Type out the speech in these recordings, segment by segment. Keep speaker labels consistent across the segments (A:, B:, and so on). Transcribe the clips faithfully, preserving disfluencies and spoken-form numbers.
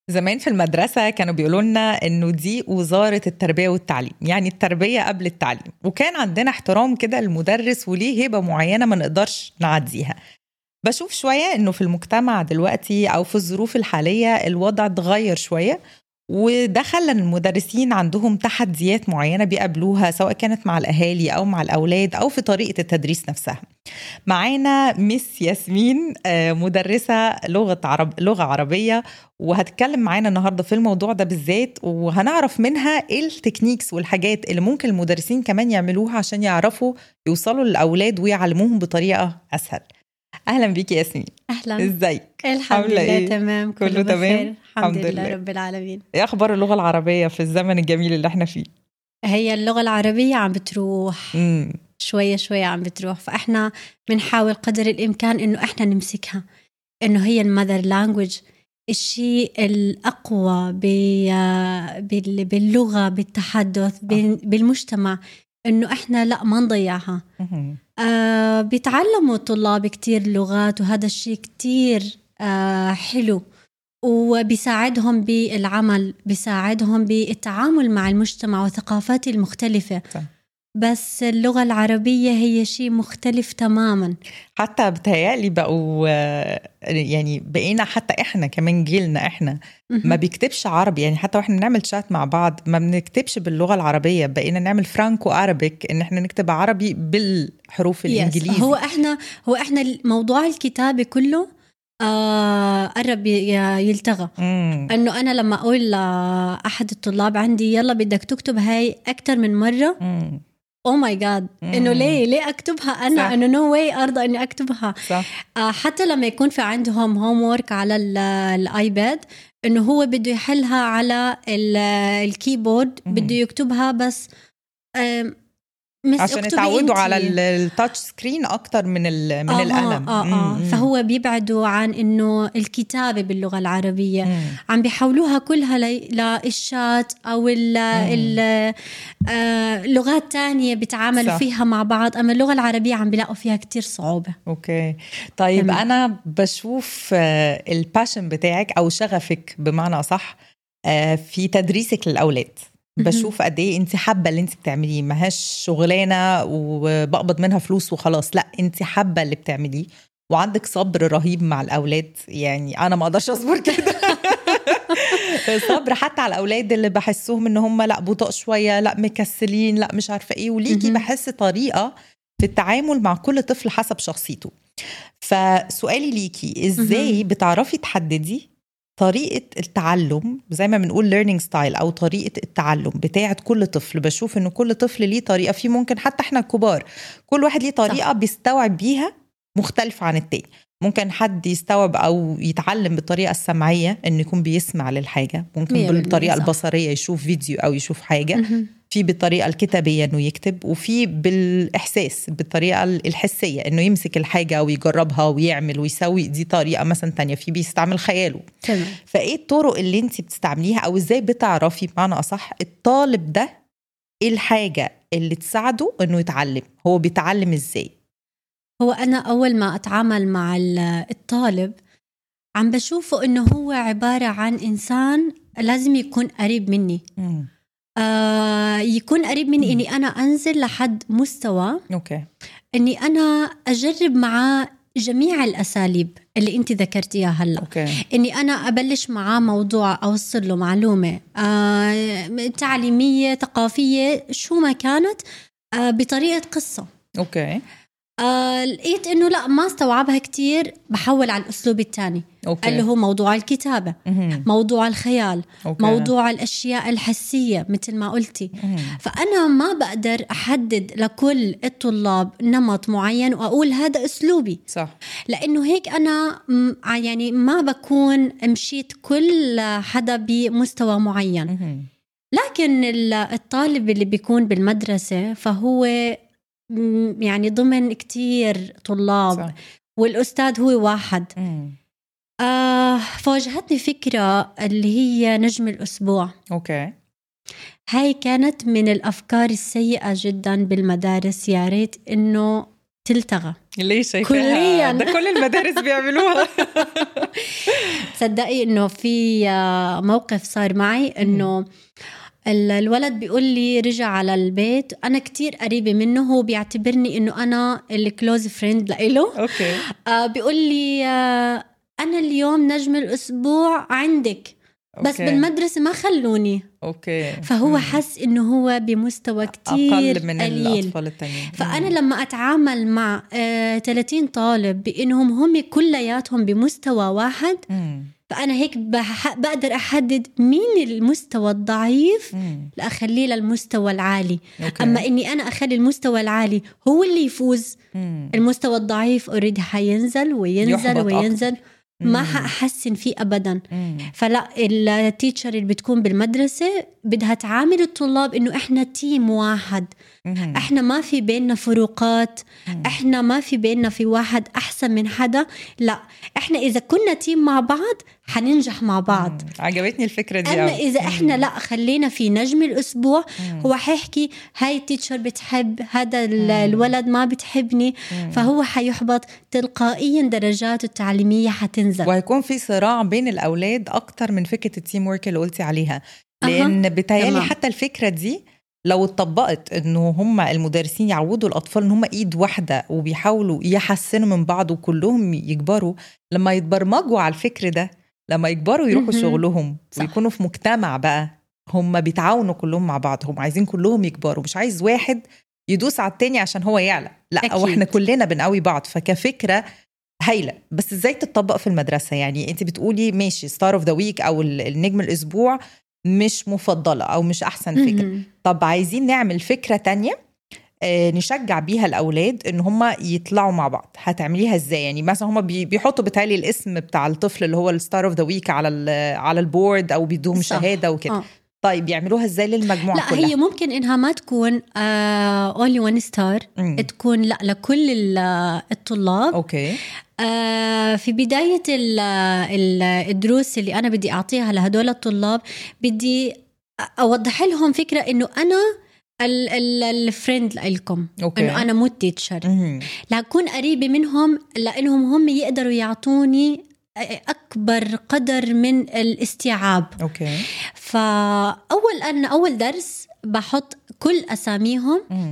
A: زمان في المدرسة كانوا بيقولوا لنا إنه دي وزارة التربية والتعليم، يعني التربية قبل التعليم، وكان عندنا احترام كده المدرس وليه هبة معينة ما نقدرش نعديها. بشوف شوية إنه في المجتمع دلوقتي أو في الظروف الحالية الوضع اتغير شوية، وده خلى المدرسين عندهم تحديات معينة بيقابلوها سواء كانت مع الأهالي أو مع الأولاد أو في طريقة التدريس نفسها. معانا ميس ياسمين مدرسة لغة عرب لغة عربية، وهتكلم معانا النهاردة في الموضوع ده بالذات، وهنعرف منها إيه التكنيكس والحاجات اللي ممكن المدرسين كمان يعملوها عشان يعرفوا يوصلوا للأولاد ويعلموهم بطريقة أسهل. أهلا بيكي ياسمين.
B: أهلا.
A: إزيك؟
B: الحمد لله
A: إيه؟
B: تمام،
A: كله,
B: كله
A: تمام
B: بخير. الحمد لله رب العالمين.
A: إيه أخبار اللغة العربية في الزمن الجميل اللي احنا فيه؟
B: هي اللغة العربية عم بتروح
A: مم.
B: شوية شوية عم بتروح، فإحنا بنحاول قدر الإمكان إنه إحنا نمسكها، إنه هي المذر لانجويج، الشيء الأقوى باللغة بالتحدث بالمجتمع، إنه إحنا لا ما نضيعها. آه بيتعلموا الطلاب كتير لغات، وهذا الشيء كتير آه حلو، وبيساعدهم بالعمل، بيساعدهم بالتعامل مع المجتمع وثقافات المختلفة. صح. بس اللغة العربية هي شيء مختلف تماما.
A: حتى بتهيألي بقوا يعني بقينا حتى إحنا كمان جيلنا إحنا ما بيكتبش عربي، يعني حتى وإحنا بنعمل شات مع بعض ما بنكتبش باللغة العربية، بقينا نعمل فرانكو عربيك، إن إحنا نكتب عربي بالحروف الإنجليزي.
B: هو إحنا هو إحنا موضوع الكتابة كله آه قرب يلتغى. مم. أنه أنا لما أقول لأحد الطلاب عندي يلا بدك تكتب هاي أكتر من مرة، مم. أوه ماي جاد، إنه ليه ليه أكتبها أنا؟ صح. إنه نو واي أرضى إني أكتبها. آه حتى لما يكون في عندهم هوم وورك على الآيباد، إنه هو بده يحلها على الكيبورد، مم. بده يكتبها بس آه
A: عشان يتعودوا على التاتش سكرين أكتر من من
B: آه
A: القلم.
B: آه آه. فهو بيبعدوا عن إنه الكتابة باللغة العربية. مم. عم بيحولوها كلها للشات أو اللغات تانية بيتعاملوا فيها مع بعض، أما اللغة العربية عم بيلاقوا فيها كتير صعوبة.
A: أوكي طيب. تمام. أنا بشوف الباشن بتاعك أو شغفك بمعنى صح في تدريسك للأولاد، بشوف قد ايه انت حابه اللي انت بتعمليه، ما هاش شغلانه وبقبض منها فلوس وخلاص، لا انت حابه اللي بتعمليه وعندك صبر رهيب مع الاولاد. يعني انا ما اقدرش اصبر كده. صبر حتى على الاولاد اللي بحسهم ان هم لا بطء شويه، لا مكسلين، لا مش عارفه ايه، وليكي بحس طريقه في التعامل مع كل طفل حسب شخصيته. فسؤالي ليكي، ازاي بتعرفي تحددي طريقة التعلم زي ما بنقول learning style أو طريقة التعلم بتاعة كل طفل؟ بشوف إنه كل طفل ليه طريقة، فيه ممكن حتى إحنا الكبار كل واحد ليه طريقة. صح. بيستوعب بيها مختلفة عن التاني. ممكن حد يستوعب أو يتعلم بالطريقة السمعية إنه يكون بيسمع للحاجة، ممكن بالطريقة صح. البصرية يشوف فيديو أو يشوف حاجة. م-م. في بالطريقة الكتابية إنه يكتب، وفي بالإحساس بالطريقة الحسية إنه يمسك الحاجة ويجربها ويعمل ويسوي، دي طريقة مثلا تانية. في بيستعمل خياله. تمام. فإيه الطرق اللي انت بتستعمليها، أو إزاي بتعرفي بمعنى أصح الطالب ده إيه الحاجة اللي تساعده إنه يتعلم؟ هو بيتعلم إزاي؟
B: هو أنا أول ما أتعامل مع الطالب عم بشوفه إنه هو عبارة عن إنسان لازم يكون قريب مني. م. آه يكون قريب مني، إني أنا أنزل لحد مستوى أوكي. إني أنا أجرب معاه جميع الأساليب اللي أنت ذكرتيها هلأ. أوكي. إني أنا أبلش معاه موضوع، أوصل له معلومة آه تعليمية ثقافية شو ما كانت، آه بطريقة قصة.
A: أوكي.
B: آه لقيت إنه لا ما استوعبها كتير، بحول على الأسلوب الثاني اللي هو موضوع الكتابة. مم. موضوع الخيال. أوكي. موضوع الأشياء الحسية مثل ما قلتي. مم. فأنا ما بقدر أحدد لكل الطلاب نمط معين وأقول هذا أسلوبي. صح. لأنه هيك أنا يعني ما بكون مشيت كل حدا بمستوى معين. مم. لكن الطالب اللي بيكون بالمدرسة فهو يعني ضمن كتير طلاب. صح. والأستاذ هو واحد. آه فواجهتني فكرة اللي هي نجم الأسبوع. أوكي. هاي كانت من الأفكار السيئة جدا بالمدارس، يا ريت إنه تلتغى.
A: ليش كليا؟ ده كل المدارس بيعملوها.
B: صدقي إنه في موقف صار معي إنه الولد بيقول لي رجع على البيت، أنا كتير قريبة منه، هو بيعتبرني إنه أنا الكلوز فريند لإله.
A: أوكي.
B: آه بيقول لي آه أنا اليوم نجم الأسبوع عندك، بس أوكي. بالمدرسة ما خلوني.
A: أوكي.
B: فهو مم. حس إنه هو بمستوى كتير
A: أقل من
B: قليل.
A: الأطفال التانيين.
B: فأنا لما أتعامل مع آه ثلاثين طالب بإنهم هم كلياتهم بمستوى واحد، مم. فأنا هيك بقدر أحدد مين المستوى الضعيف لأخليه للمستوى العالي. أوكي. أما إني أنا أخلي المستوى العالي هو اللي يفوز، مم. المستوى الضعيف أريد حينزل وينزل وينزل أكتر. ما حأحسن فيه أبدا. مم. فلا التيتشر اللي بتكون بالمدرسة بدها تعامل الطلاب إنه إحنا تيم واحد. مم. إحنا ما في بيننا فروقات. مم. إحنا ما في بيننا في واحد أحسن من حدا. لا، إحنا إذا كنا تيم مع بعض حننجح مع بعض.
A: مم. عجبتني الفكرة دي.
B: أما إذا إحنا لا خلينا في نجم الأسبوع، مم. هو حيحكي هاي التيتشر بتحب هذا الولد ما بتحبني. مم. فهو حيحبط تلقائيا، درجاته التعليمية حتنزل،
A: وهيكون في صراع بين الأولاد أكتر من فكرة التيم ورك اللي قلتي عليها. لأن أه. بتهيالي حتى الفكرة دي لو اتطبقت إنه هم المدرسين يعودوا الأطفال إن هم إيد واحدة وبيحاولوا يحسنوا من بعض وكلهم يكبروا، لما يتبرمجوا على الفكر ده، لما يكبروا يروحوا شغلهم ويكونوا في مجتمع بقى هم بيتعاونوا كلهم مع بعض، هم عايزين كلهم يكبروا، مش عايز واحد يدوس على التاني عشان هو يعلى، لا أكيد. أو احنا كلنا بنقوي بعض. فكفكرة هايلة، بس ازاي تتطبق في المدرسة؟ يعني انت بتقولي ماشي ستار اوف ذا ويك او النجم الاسبوع مش مفضلة او مش احسن فكرة. طب عايزين نعمل فكرة تانية آه نشجع بيها الاولاد ان هم يطلعوا مع بعض. هتعمليها ازاي؟ يعني مثلا هم بيحطوا بتالي الاسم بتاع الطفل اللي هو الستار اوف ذا ويك على على البورد او بيدوهم شهادة وكده. آه. طيب يعملوها ازاي للمجموعة
B: لا
A: كلها؟
B: هي ممكن انها ما تكون آه only one star، مم. تكون لا لكل الطلاب.
A: اوكي.
B: آه في بداية الدروس اللي أنا بدي أعطيها لهدول الطلاب بدي أوضح لهم فكرة إنه أنا الفريند لكم، إنه أنا مو تيتشر، لأكون قريبة منهم لأنهم هم يقدروا يعطوني أكبر قدر من الاستيعاب.
A: أوكي.
B: فأول أنا أول درس بحط كل أساميهم مم.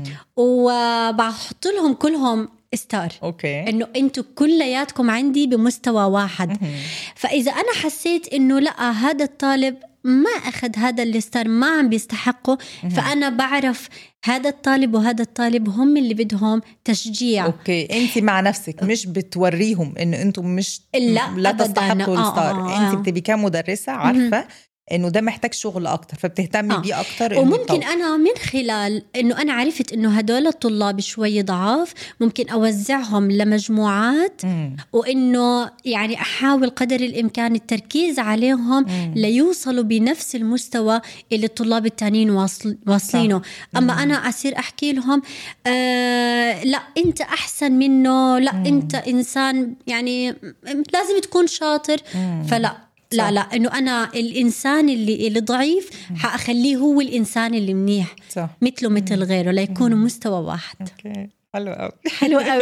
B: وبحط لهم كلهم ستار.
A: أوكي.
B: إنه أنتوا كلياتكم عندي بمستوى واحد. مم. فإذا أنا حسيت إنه لا هذا الطالب ما أخذ هذا الستار ما عم بيستحقه، مم. فأنا بعرف هذا الطالب وهذا الطالب هم اللي بدهم تشجيع.
A: أوكي. أنت مع نفسك مش بتوريهم إنه أنتم مش
B: لا,
A: لا تستحقوا
B: آه
A: الستار.
B: آه آه.
A: أنت بتبقي كمدرسة عارفة مم. انه ده محتاج شغل اكتر فبتهتمي آه. بيه اكتر.
B: وممكن انا من خلال انه انا عرفت انه هدول الطلاب شوي ضعاف ممكن اوزعهم لمجموعات، مم. وانه يعني احاول قدر الامكان التركيز عليهم مم. ليوصلوا بنفس المستوى اللي الطلاب التانيين واصل واصلينه. اما مم. انا اصير احكي لهم آه لا انت احسن منه، لا مم. انت انسان يعني لازم تكون شاطر. مم. فلا لا صح. لا انه انا الانسان اللي اللي ضعيف حاخليه هو الانسان اللي منيح صح. مثله مثل غيره ليكونوا مستوى واحد.
A: اوكي. حلو قوي.
B: حلو قوي.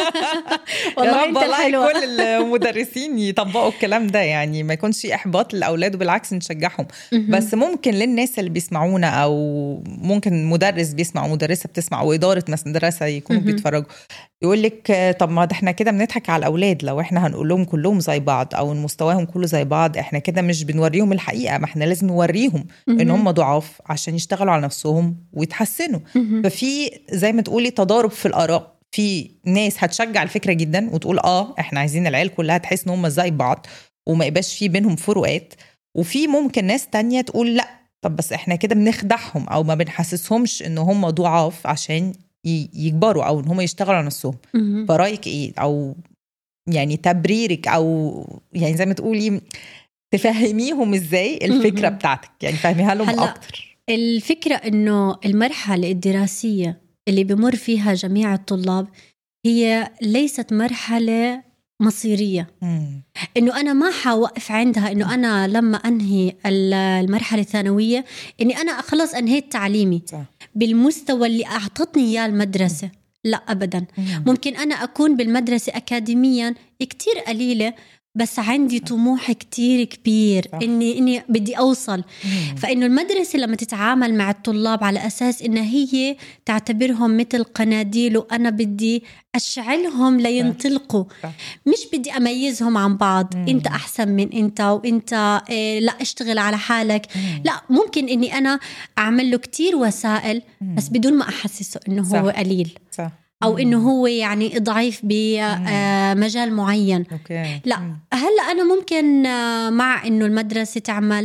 A: والله انت حلوه. كل المدرسين يطبقوا الكلام ده، يعني ما يكونش في احباط للاولاد وبالعكس نشجعهم. بس ممكن للناس اللي بيسمعونا او ممكن مدرس بيسمع ومدرسه بتسمع واداره مدرسه يكونوا بيتفرجوا يقول لك طب ما ده احنا كده بنضحك على الاولاد لو احنا هنقول لهم كلهم زي بعض او مستواهم كله زي بعض، احنا كده مش بنوريهم الحقيقه. ما احنا لازم نوريهم ان هم ضعاف عشان يشتغلوا على نفسهم ويتحسنوا. ففي زي ما تقولي تضارب في الآراء، في ناس هتشجع الفكرة جدا وتقول اه احنا عايزين العيال كلها تحس ان هم زي بعض وما يبقاش في بينهم فروقات، وفي ممكن ناس تانية تقول لا طب بس احنا كده بنخدعهم او ما بنحسسهمش ان هم ضعاف عشان يكبروا او ان هم يشتغلوا على نفسهم. فرأيك ايه او يعني تبريرك او يعني زي ما تقولي تفهميهم ازاي الفكرة بتاعتك، يعني فهميها لهم اكتر؟
B: الفكرة انه المرحلة الدراسية اللي بمر فيها جميع الطلاب هي ليست مرحلة مصيرية. مم. إنه أنا ما حوقف عندها إنه أنا لما أنهي المرحلة الثانوية إني أنا خلاص أنهيت تعليمي صح. بالمستوى اللي أعطتني إياه المدرسة. لا أبدا. مم. ممكن أنا أكون بالمدرسة أكاديميا كتير قليلة بس عندي طموح كتير كبير صح. إني إني بدي أوصل. مم. فإنه المدرسة لما تتعامل مع الطلاب على أساس إن هي تعتبرهم مثل قناديل وأنا بدي أشعلهم لينطلقوا صح. صح. مش بدي أميزهم عن بعض. مم. أنت أحسن من أنت وأنت إيه لا اشتغل على حالك. مم. لا ممكن إني أنا أعمل له كتير وسائل مم. بس بدون ما أحسسه إنه صح. هو قليل صح. أو إنه هو يعني ضعيف بمجال معين. أوكي. لا هلأ أنا ممكن مع إنه المدرسة تعمل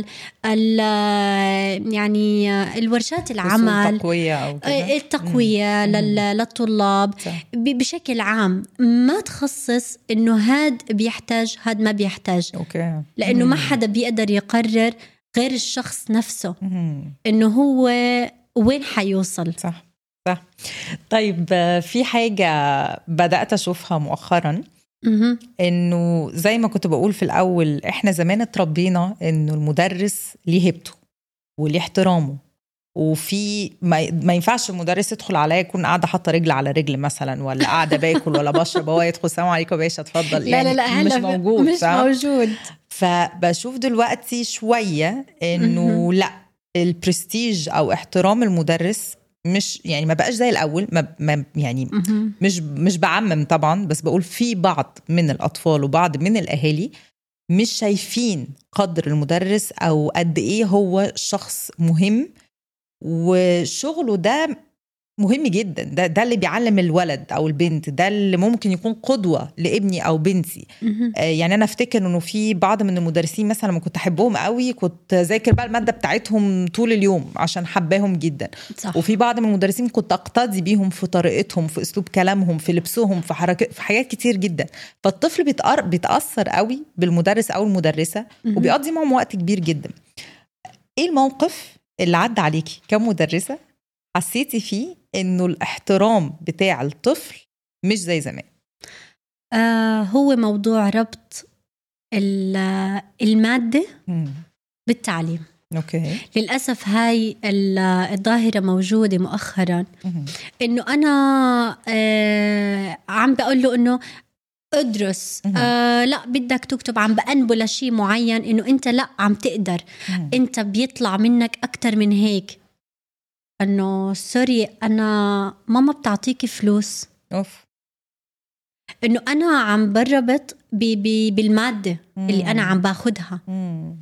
B: يعني الورشات العمل
A: التقوية أو
B: كده. التقوية للطلاب بشكل عام، ما تخصص إنه هاد بيحتاج هاد ما بيحتاج. أوكي. لأنه ما حدا بيقدر يقرر غير الشخص نفسه إنه هو وين حيوصل.
A: صح صح. طيب في حاجة بدأت أشوفها مؤخرا إنه زي ما كنت بقول في الأول، إحنا زمان اتربينا إنه المدرس ليه هيبته وليه احترامه، وفي ما, ما ينفعش المدرس يدخل عليا يكون قاعدة حاطة رجل على رجل مثلا، ولا قاعدة باكل ولا بشرب هو يدخل السلام عليكم يا باشا اتفضل.
B: لا
A: يعني
B: لا لا
A: مش موجود
B: مش موجود.
A: فبشوف دلوقتي شوية إنه لا، البرستيج أو احترام المدرس مش يعني ما بقاش زي الأول. ما ما يعني مش مش بعمم طبعا، بس بقول في بعض من الأطفال وبعض من الأهالي مش شايفين قدر المدرس أو قد إيه هو شخص مهم، وشغله ده مهم جدا. ده ده اللي بيعلم الولد أو البنت، ده اللي ممكن يكون قدوة لابني أو بنتي. آه يعني أنا أفتكر إنه في بعض من المدرسين مثلا لما كنت أحبهم قوي كنت ذاكر بقى المادة بتاعتهم طول اليوم عشان حباهم جدا. صح. وفي بعض من المدرسين كنت أقتدي بيهم في طريقتهم، في أسلوب كلامهم، في لبسهم، في حركة، في حاجات كتير جدا. فالطفل بيتأر... بيتأثر قوي بالمدرس أو المدرسة وبيقضي معهم وقت كبير جدا. إيه الموقف اللي عدى عليكي كمدرسة حسيتي فيه إنه الاحترام بتاع الطفل مش زي زمان؟
B: آه هو موضوع ربط المادة مم. بالتعليم. أوكي. للأسف هاي الظاهرة موجودة مؤخرا. مم. إنه أنا آه عم بقول له إنه ادرس آه لا بدك تكتب، عم بأنبه لشي معين إنه أنت لا عم تقدر. مم. أنت بيطلع منك أكتر من هيك. انه سوري انا ماما بتعطيكي فلوس. اوف. انه انا عم بربط بي بي بالماده مم. اللي انا عم باخدها. مم.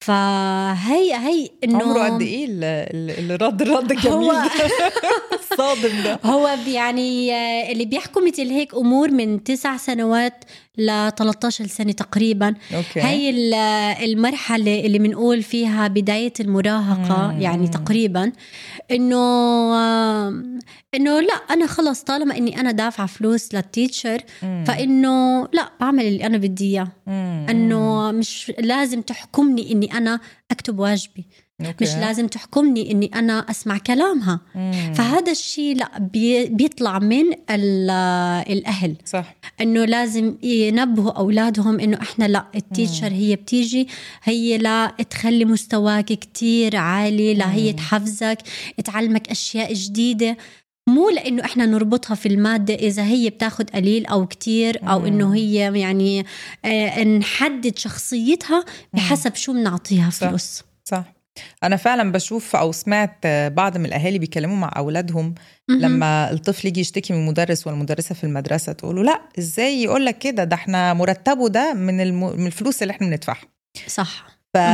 B: فهي هي انه
A: عمره قد ايه اللي رد الرد الجميل الصادم ده؟
B: هو يعني اللي بيحكوا مثل هيك امور من تسع سنوات ل ثلاثة عشر سنه تقريبا. أوكي. هي المرحله اللي بنقول فيها بدايه المراهقه. مم. يعني تقريبا انه انه لا انا خلص طالما اني انا دافعه فلوس للتيتشر فانه لا بعمل اللي انا بدي اياه. انه مش لازم تحكمني اني انا اكتب واجبي. أوكي. مش لازم تحكمني اني انا اسمع كلامها. مم. فهذا الشيء لا بي بيطلع من الاهل. صح. انه لازم ينبهوا اولادهم انه احنا لا التيتشر هي بتيجي هي لا تخلي مستواك كتير عالي، لا هي تحفزك تعلمك اشياء جديده، مو لانه احنا نربطها في الماده اذا هي بتاخد قليل او كتير او انه هي يعني آه نحدد شخصيتها بحسب شو بنعطيها فلوس.
A: صح. أنا فعلا بشوف أو سمعت بعض من الأهالي بيكلموا مع أولادهم لما الطفل يجي يشتكي من المدرس والمدرسة في المدرسة تقولوا لا إزاي يقولك كده، ده احنا مرتبه ده من, الم... من الفلوس اللي احنا بندفعها.
B: صح.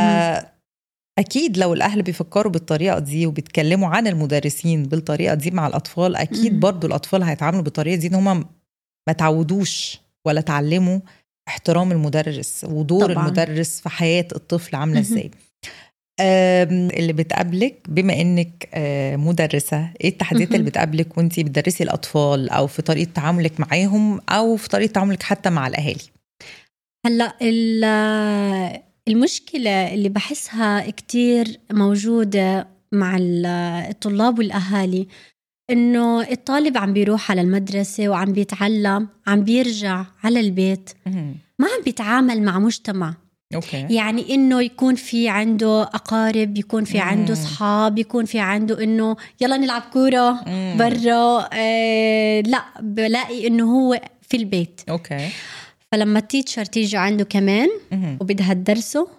A: فأكيد لو الأهل بيفكروا بالطريقة دي وبيتكلموا عن المدرسين بالطريقة دي مع الأطفال، أكيد مم. برضو الأطفال هيتعاملوا بالطريقة دي، إن هم ما تعودوش ولا تعلموا احترام المدرس ودور طبعاً. المدرس في حياة الطفل عاملة إزاي. اللي بتقابلك بما انك مدرسة، ايه التحديات اللي بتقابلك وانتي بتدرسي الاطفال او في طريقة تعاملك معاهم او في طريقة تعاملك حتى مع الاهالي؟
B: هلا المشكلة اللي بحسها كتير موجودة مع الطلاب والاهالي انه الطالب عم بيروح على المدرسة وعم بيتعلم، عم بيرجع على البيت ما عم بيتعامل مع مجتمع. أوكي. يعني إنه يكون في عنده أقارب، يكون في عنده صحاب، يكون في عنده إنه يلا نلعب كورة برا. آه لا بلاقي إنه هو في البيت. أوكي. فلما التيتشر تيجي عنده كمان وبدها تدرسه،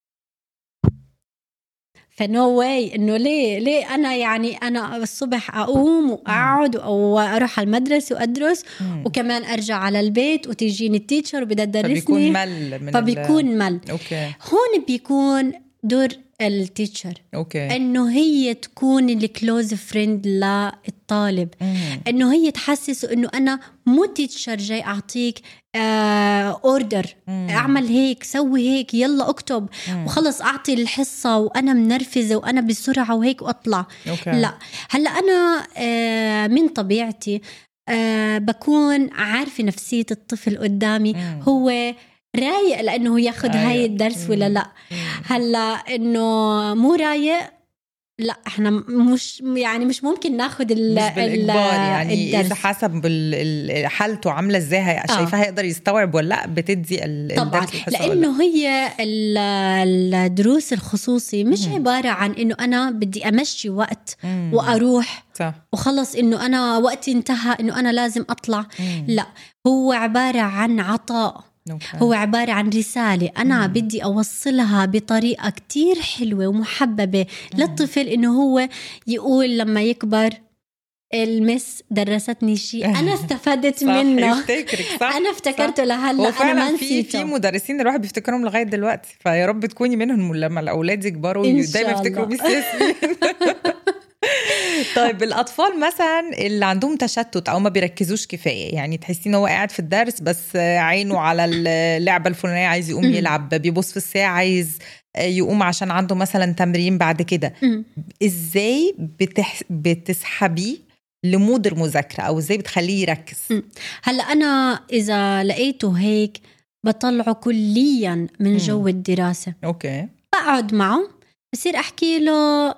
B: فنو واي انه ليه ليه انا يعني انا الصبح اقوم واقعد او اروح على المدرسه وادرس مم. وكمان ارجع على البيت وتجيني التيتشر وبدها تدرسني،
A: فبيكون مل من
B: فبيكون ال... مل
A: أوكي.
B: هون بيكون دور التيتشر
A: أوكي.
B: انه هي تكون الكلوز فريند للطالب، مم. انه هي تحسسه انه انا مو تيتشر جاي اعطيك اوردر آه اعمل هيك سوي هيك يلا اكتب مم. وخلص اعطي الحصه وانا منرفزه وانا بسرعه وهيك واطلع.
A: أوكي.
B: لا هلا انا آه من طبيعتي آه بكون عارفه نفسيه الطفل قدامي مم. هو رايق لانه ياخذ آه هاي الدرس مم. ولا لا مم. هلا انه مو رايق لا احنا مش يعني مش ممكن ناخد ال
A: مش بالإجبار يعني
B: الدرس.
A: إذا حسب حالته عاملة ازاي آه. شايفها هيقدر يستوعب ولا لا بتدي
B: طبعا الدرس لأنه هي الدروس الخصوصي مش مم. عبارة عن إنه أنا بدي أمشي وقت مم. وأروح صح. وخلص إنه أنا وقتي انتهى إنه أنا لازم أطلع مم. لا هو عبارة عن عطاء. أوكي. هو عبارة عن رسالة أنا مم. بدي أوصلها بطريقة كتير حلوة ومحببة مم. للطفل إنه هو يقول لما يكبر المس درستني شيء أنا استفدت منه
A: صح.
B: أنا افتكرته لهلا أنا ما نسيته.
A: في مدرسين الواحد بيفتكرهم لغاية دلوقتي، فيا رب تكوني منهم لما الأولاد يكبروا دايما يفتكروا بالسياسيين. طيب الأطفال مثلا اللي عندهم تشتت أو ما بيركزوش كفاية، يعني تحسين هو قاعد في الدرس بس عينه على اللعبة الفلانية عايز يقوم يلعب، بيبص في الساعة عايز يقوم عشان عنده مثلا تمرين بعد كده، إزاي بتح... بتسحبيه لمود المذاكرة أو إزاي بتخليه يركز؟
B: هلأ أنا إذا لقيته هيك بطلعه كليا من جو الدراسة.
A: أوكي.
B: بقعد معه بصير أحكي له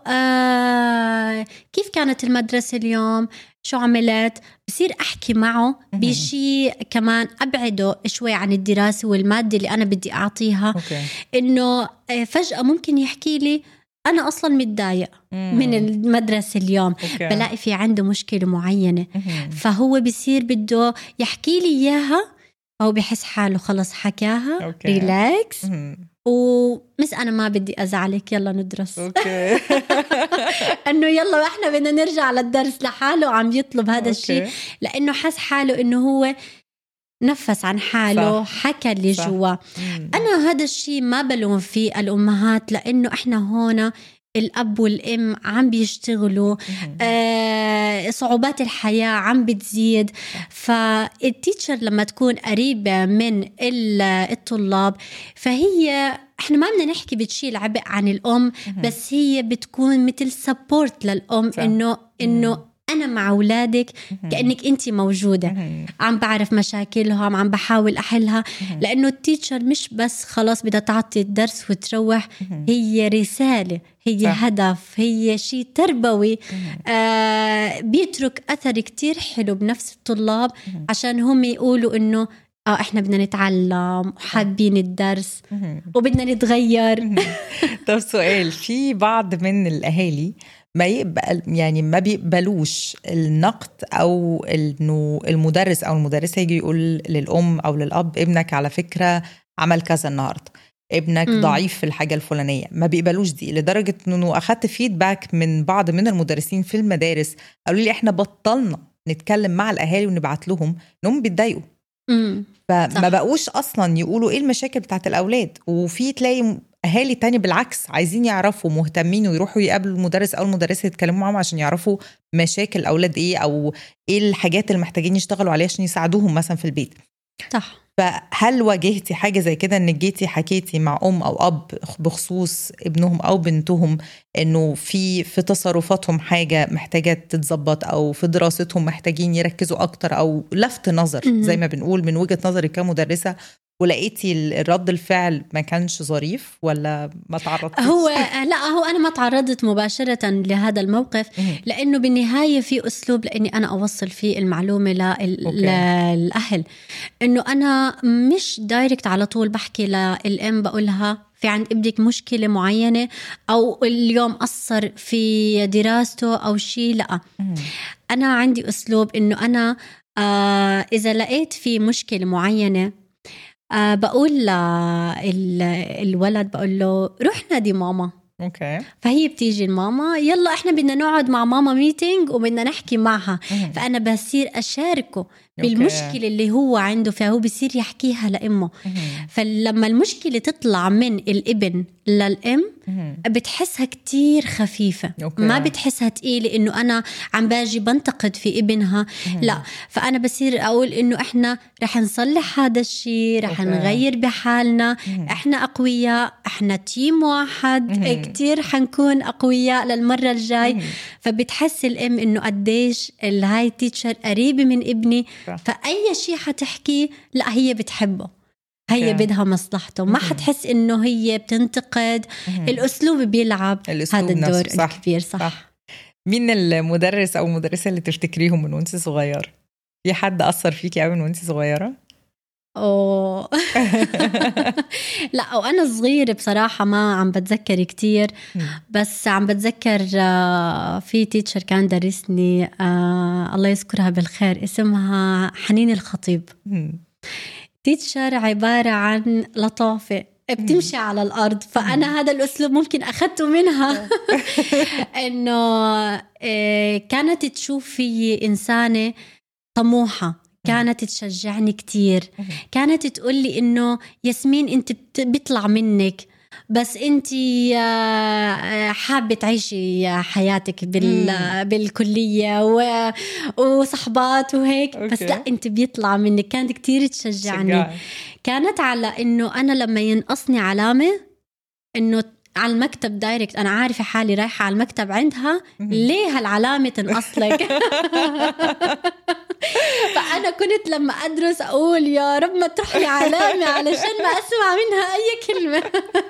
B: آه كيف كانت المدرسة اليوم شو عملت، بصير أحكي معه بشي كمان أبعده شوي عن الدراسة والمادة اللي أنا بدي أعطيها.
A: أوكي.
B: إنه فجأة ممكن يحكي لي أنا أصلاً متضايق من المدرسة اليوم. أوكي. بلاقي في عنده مشكلة معينة مم. فهو بيصير بده يحكي لي إياها أو بحس حاله خلص حكاها. أوكي. ريلاكس مم. ومس أنا ما بدي أزعلك يلا ندرس.
A: أوكي.
B: أنه يلا إحنا بدنا نرجع للدرس لحاله وعم يطلب هذا الشيء لأنه حس حاله أنه هو نفس عن حاله. صح. حكى اللي جوا. أنا هذا الشيء ما بلوم فيه الأمهات لأنه إحنا هنا الأب والأم عم بيشتغلوا آه صعوبات الحياة عم بتزيد. فالتيتشر لما تكون قريبة من الطلاب فهي احنا ما بدنا نحكي بتشيل عبء عن الأم بس هي بتكون مثل سبورت للأم. صح. إنه إنه أنا مع أولادك كأنك أنتي موجودة عم بعرف مشاكلهم عم بحاول أحلها لأنه التيتشر مش بس خلاص بدها تعطي الدرس وتروح هي رسالة هي صح. هدف هي شيء تربوي آه بيترك أثر كتير حلو بنفس الطلاب عشان هم يقولوا إنه آه إحنا بدنا نتعلم وحابين الدرس وبدنا نتغير.
A: طب سؤال، في بعض من الأهالي ما يقبل يعني ما بيقبلوش النقد أو إنه المدرس أو المدرسة يجي يقول للأم أو للأب ابنك على فكرة عمل كذا النهاردة، ابنك م. ضعيف في الحاجة الفلانية، ما بيقبلوش دي. لدرجة أنه أخدت فيدباك من بعض من المدرسين في المدارس قالوا لي إحنا بطلنا نتكلم مع الأهالي ونبعت لهم إنهم بيتضايقوا فما بقوش أصلا يقولوا إيه المشاكل بتاعت الأولاد. وفي تلاقي أهالي تاني بالعكس عايزين يعرفوا مهتمين ويروحوا يقابلوا المدرس أو المدرسة يتكلموا معهم عشان يعرفوا مشاكل الأولاد إيه أو إيه الحاجات اللي محتاجين يشتغلوا عليها عشان يساعدوهم مثلا في البيت.
B: صح.
A: فهل واجهتي حاجة زي كده إنك جيتي حكيتي مع أم أو أب بخصوص ابنهم أو بنتهم إنه في في تصرفاتهم حاجة محتاجة تتظبط أو في دراستهم محتاجين يركزوا أكتر أو لفت نظر زي ما بنقول من وجهة نظري كمدرسة، ولقيتي الرد الفعل ما كانش ظريف ولا ما تعرضتيش؟
B: هو لا هو أنا ما تعرضت مباشرة لهذا الموقف لأنه بالنهاية في أسلوب لأني أنا أوصل فيه المعلومة للأهل إنه أنا مش دايركت على طول بحكي للأم بقولها في عند ابنك مشكلة معينة أو اليوم أثر في دراسته أو شيء. لا أنا عندي أسلوب إنه أنا آه إذا لقيت في مشكلة معينة أه بقول للولد بقول له روح نادي ماما.
A: اوكي.
B: فهي بتيجي الماما يلا احنا بدنا نقعد مع ماما ميتينج وبدنا نحكي معها. مم. فانا بصير اشاركه بالمشكله اللي هو عنده، فهو بصير يحكيها لامه. مم. فلما المشكله تطلع من الابن للام مم. بتحسها كتير خفيفه. أوكي. ما بتحسها تقيله انه انا عم باجي بنتقد في ابنها. مم. لا، فانا بصير اقول انه احنا رح نصلح هذا الشيء، رح أوكي. نغير بحالنا. مم. احنا اقوياء، احنا تيم واحد. مم. كتير حنكون أقوياء للمرة الجاي. مم. فبتحس الأم إنه قديش الهاي تيتشر قريبة من ابني. ف... فأي شيء حتحكي لا هي بتحبه، هي okay. بدها مصلحته. ما حتحس إنه هي بتنتقد. مم. الأسلوب بيلعب الأسلوب هذا الدور صح. الكبير صح. صح.
A: مين المدرس أو المدرسة اللي تفتكريهم من وانت صغير؟ في حد أثر فيكي قوي من وانت صغيرة؟
B: أوه. لا، وأنا صغيرة بصراحة ما عم بتذكر كتير، بس عم بتذكر في تيتشر كان درسني الله يذكرها بالخير، اسمها حنين الخطيب. تيتشر عبارة عن لطافة بتمشي على الأرض. فأنا هذا الأسلوب ممكن أخذته منها. إنه كانت تشوف في إنسانة طموحة، كانت تشجعني كتير. كانت تقولي إنه ياسمين أنت بيطلع منك، بس أنت حابة تعيشي حياتك بالكلية وصحبات وهيك. أوكي. بس لا، أنت بيطلع منك. كانت كتير تشجعني. شجاع. كانت على إنه أنا لما ينقصني علامة إنه على المكتب دايركت، أنا عارفة حالي رايحة على المكتب عندها ليه هالعلامة تنقصلك. فأنا كنت لما أدرس أقول يا رب ما تروح لي علامة علشان ما أسمع منها أي كلمة.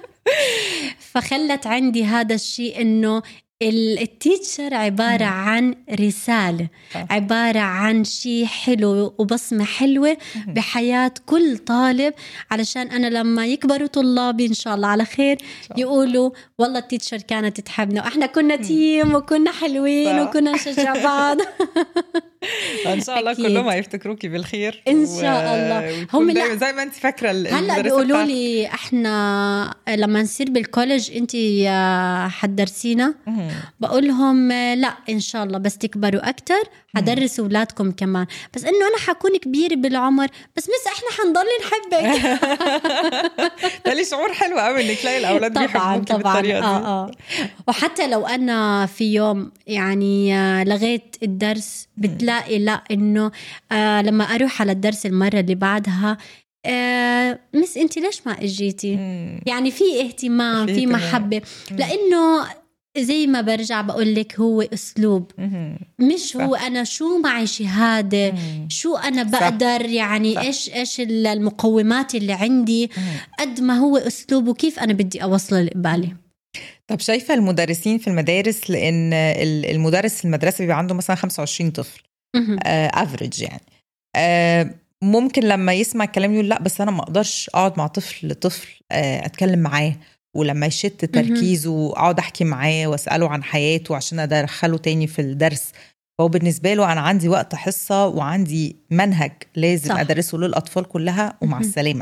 B: فخلت عندي هذا الشيء إنه التيتشر عبارة عن رسالة، عبارة عن شيء حلو وبصمة حلوة بحياة كل طالب، علشان أنا لما يكبروا طلابي إن شاء الله على خير يقولوا والله التيتشر كانت تحبنا وإحنا كنا تيم وكنا حلوين وكنا نشجع بعض.
A: ان شاء الله كلهم هيفتكروكي بالخير
B: ان شاء الله.
A: هم زي ما انت فاكره.
B: هلا بيقولوا لي احنا لما نصير بالكولج انت حتدرسينا، بقول لهم لا ان شاء الله بس تكبروا اكتر حدرس اولادكم كمان، بس انه انا حكون كبيره بالعمر بس بس احنا حنضل نحبك.
A: ده لي شعور حلو قوي انك تلاقي الاولاد بيحبوكي بالطريقه دي.
B: آه آه. وحتى لو انا في يوم يعني لغيت الدرس بتلاقي لا انه آه لما اروح على الدرس المره اللي بعدها آه مس انت ليش ما اجيتي؟ مم. يعني في اهتمام، في محبه. مم. لانه زي ما برجع بقول لك هو اسلوب. مم. مش صح. هو انا شو معي شهاده، مم. شو انا بقدر صح. يعني صح. ايش ايش المقومات اللي عندي، مم. قد ما هو اسلوب وكيف انا بدي اوصله لقبالي.
A: طب شايفة المدرسين في المدارس، لأن المدرس في المدرسة بيبقى عنده مثلا خمسة وعشرين طفل افريج، يعني آه ممكن لما يسمع الكلام يقول لا بس أنا ما أقدرش أقعد مع طفل لطفل آه أتكلم معاه، ولما يشت تركيزه أقعد أحكي معاه وأسأله عن حياته عشان أدخله تاني في الدرس. فهو بالنسبة له أنا عندي وقت حصة وعندي منهج لازم صح. أدرسه للأطفال كلها ومع السلامة.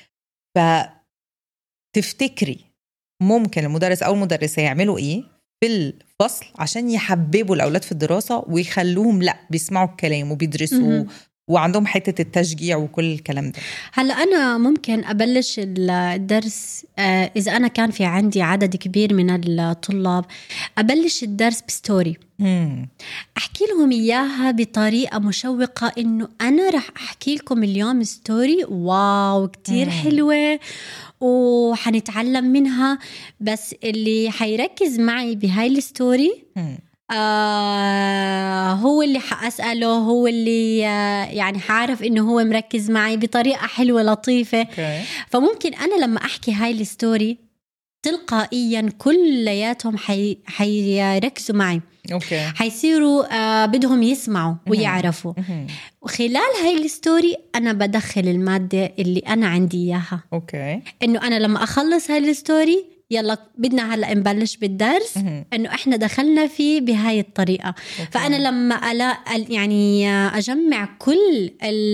A: فتفتكري ممكن المدرس أو المدرسة يعملوا إيه في الفصل عشان يحببوا الأولاد في الدراسة ويخلوهم لا بيسمعوا الكلام وبيدرسوا وعندهم حتة التشجيع وكل الكلام ده؟
B: هلأ أنا ممكن أبلش الدرس إذا أنا كان في عندي عدد كبير من الطلاب، أبلش الدرس بستوري. مم. أحكي لهم إياها بطريقة مشوقة، إنه أنا رح أحكي لكم اليوم ستوري واو كتير مم. حلوة وحنتعلم منها. بس اللي حيركز معي بهاي الستوري آه هو اللي حأسأله، هو اللي آه يعني حعرف إنه هو مركز معي بطريقة حلوة لطيفة. okay. فممكن أنا لما أحكي هاي الستوري تلقائيا كلياتهم حي... حيركزوا معي. okay. حيصيروا آه بدهم يسمعوا ويعرفوا. وخلال هاي الستوري أنا بدخل المادة اللي أنا عندي إياها.
A: okay.
B: إنه أنا لما أخلص هاي الستوري يلا بدنا هلا نبلش بالدرس انه احنا دخلنا فيه بهاي الطريقه. أوكي. فانا لما ألا يعني اجمع كل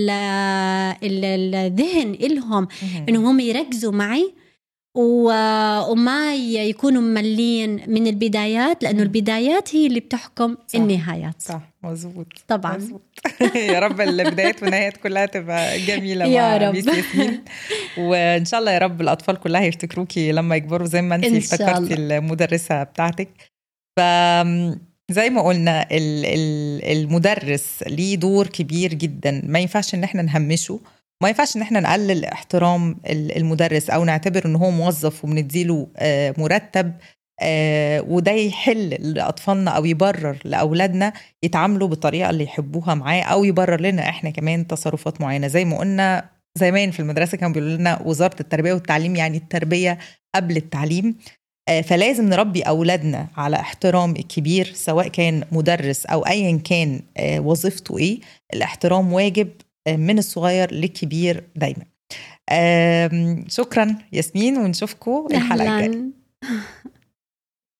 B: الذهن إلهم انه هم يركزوا معي وما يكونوا مملين من البدايات، لأنه البدايات هي اللي بتحكم صح. النهايات.
A: صح مزبوط
B: طبعا
A: مزبوط. يا رب البدايات والنهايات كلها تبقى جميلة يا مع ميس ياسمين، وإن شاء الله يا رب الأطفال كلها يفتكروكي لما يكبروا زي ما أنت افتكرتي المدرسة بتاعتك. فزي ما قلنا المدرس ليه دور كبير جدا، ما ينفعش إن احنا نهمشه، ما ينفعش ان احنا نقلل احترام المدرس او نعتبر ان هو موظف وبنديله مرتب، وده يحل لاطفالنا او يبرر لاولادنا يتعاملوا بالطريقه اللي يحبوها معاه، او يبرر لنا احنا كمان تصرفات معينه. زي ما قلنا زمان في المدرسه كانوا بيقولوا لنا وزاره التربيه والتعليم، يعني التربيه قبل التعليم. فلازم نربي اولادنا على احترام الكبير، سواء كان مدرس او ايا كان وظيفته ايه. الاحترام واجب من الصغير للكبير دايما. شكرا ياسمين، ونشوفكم الحلقة الجاية.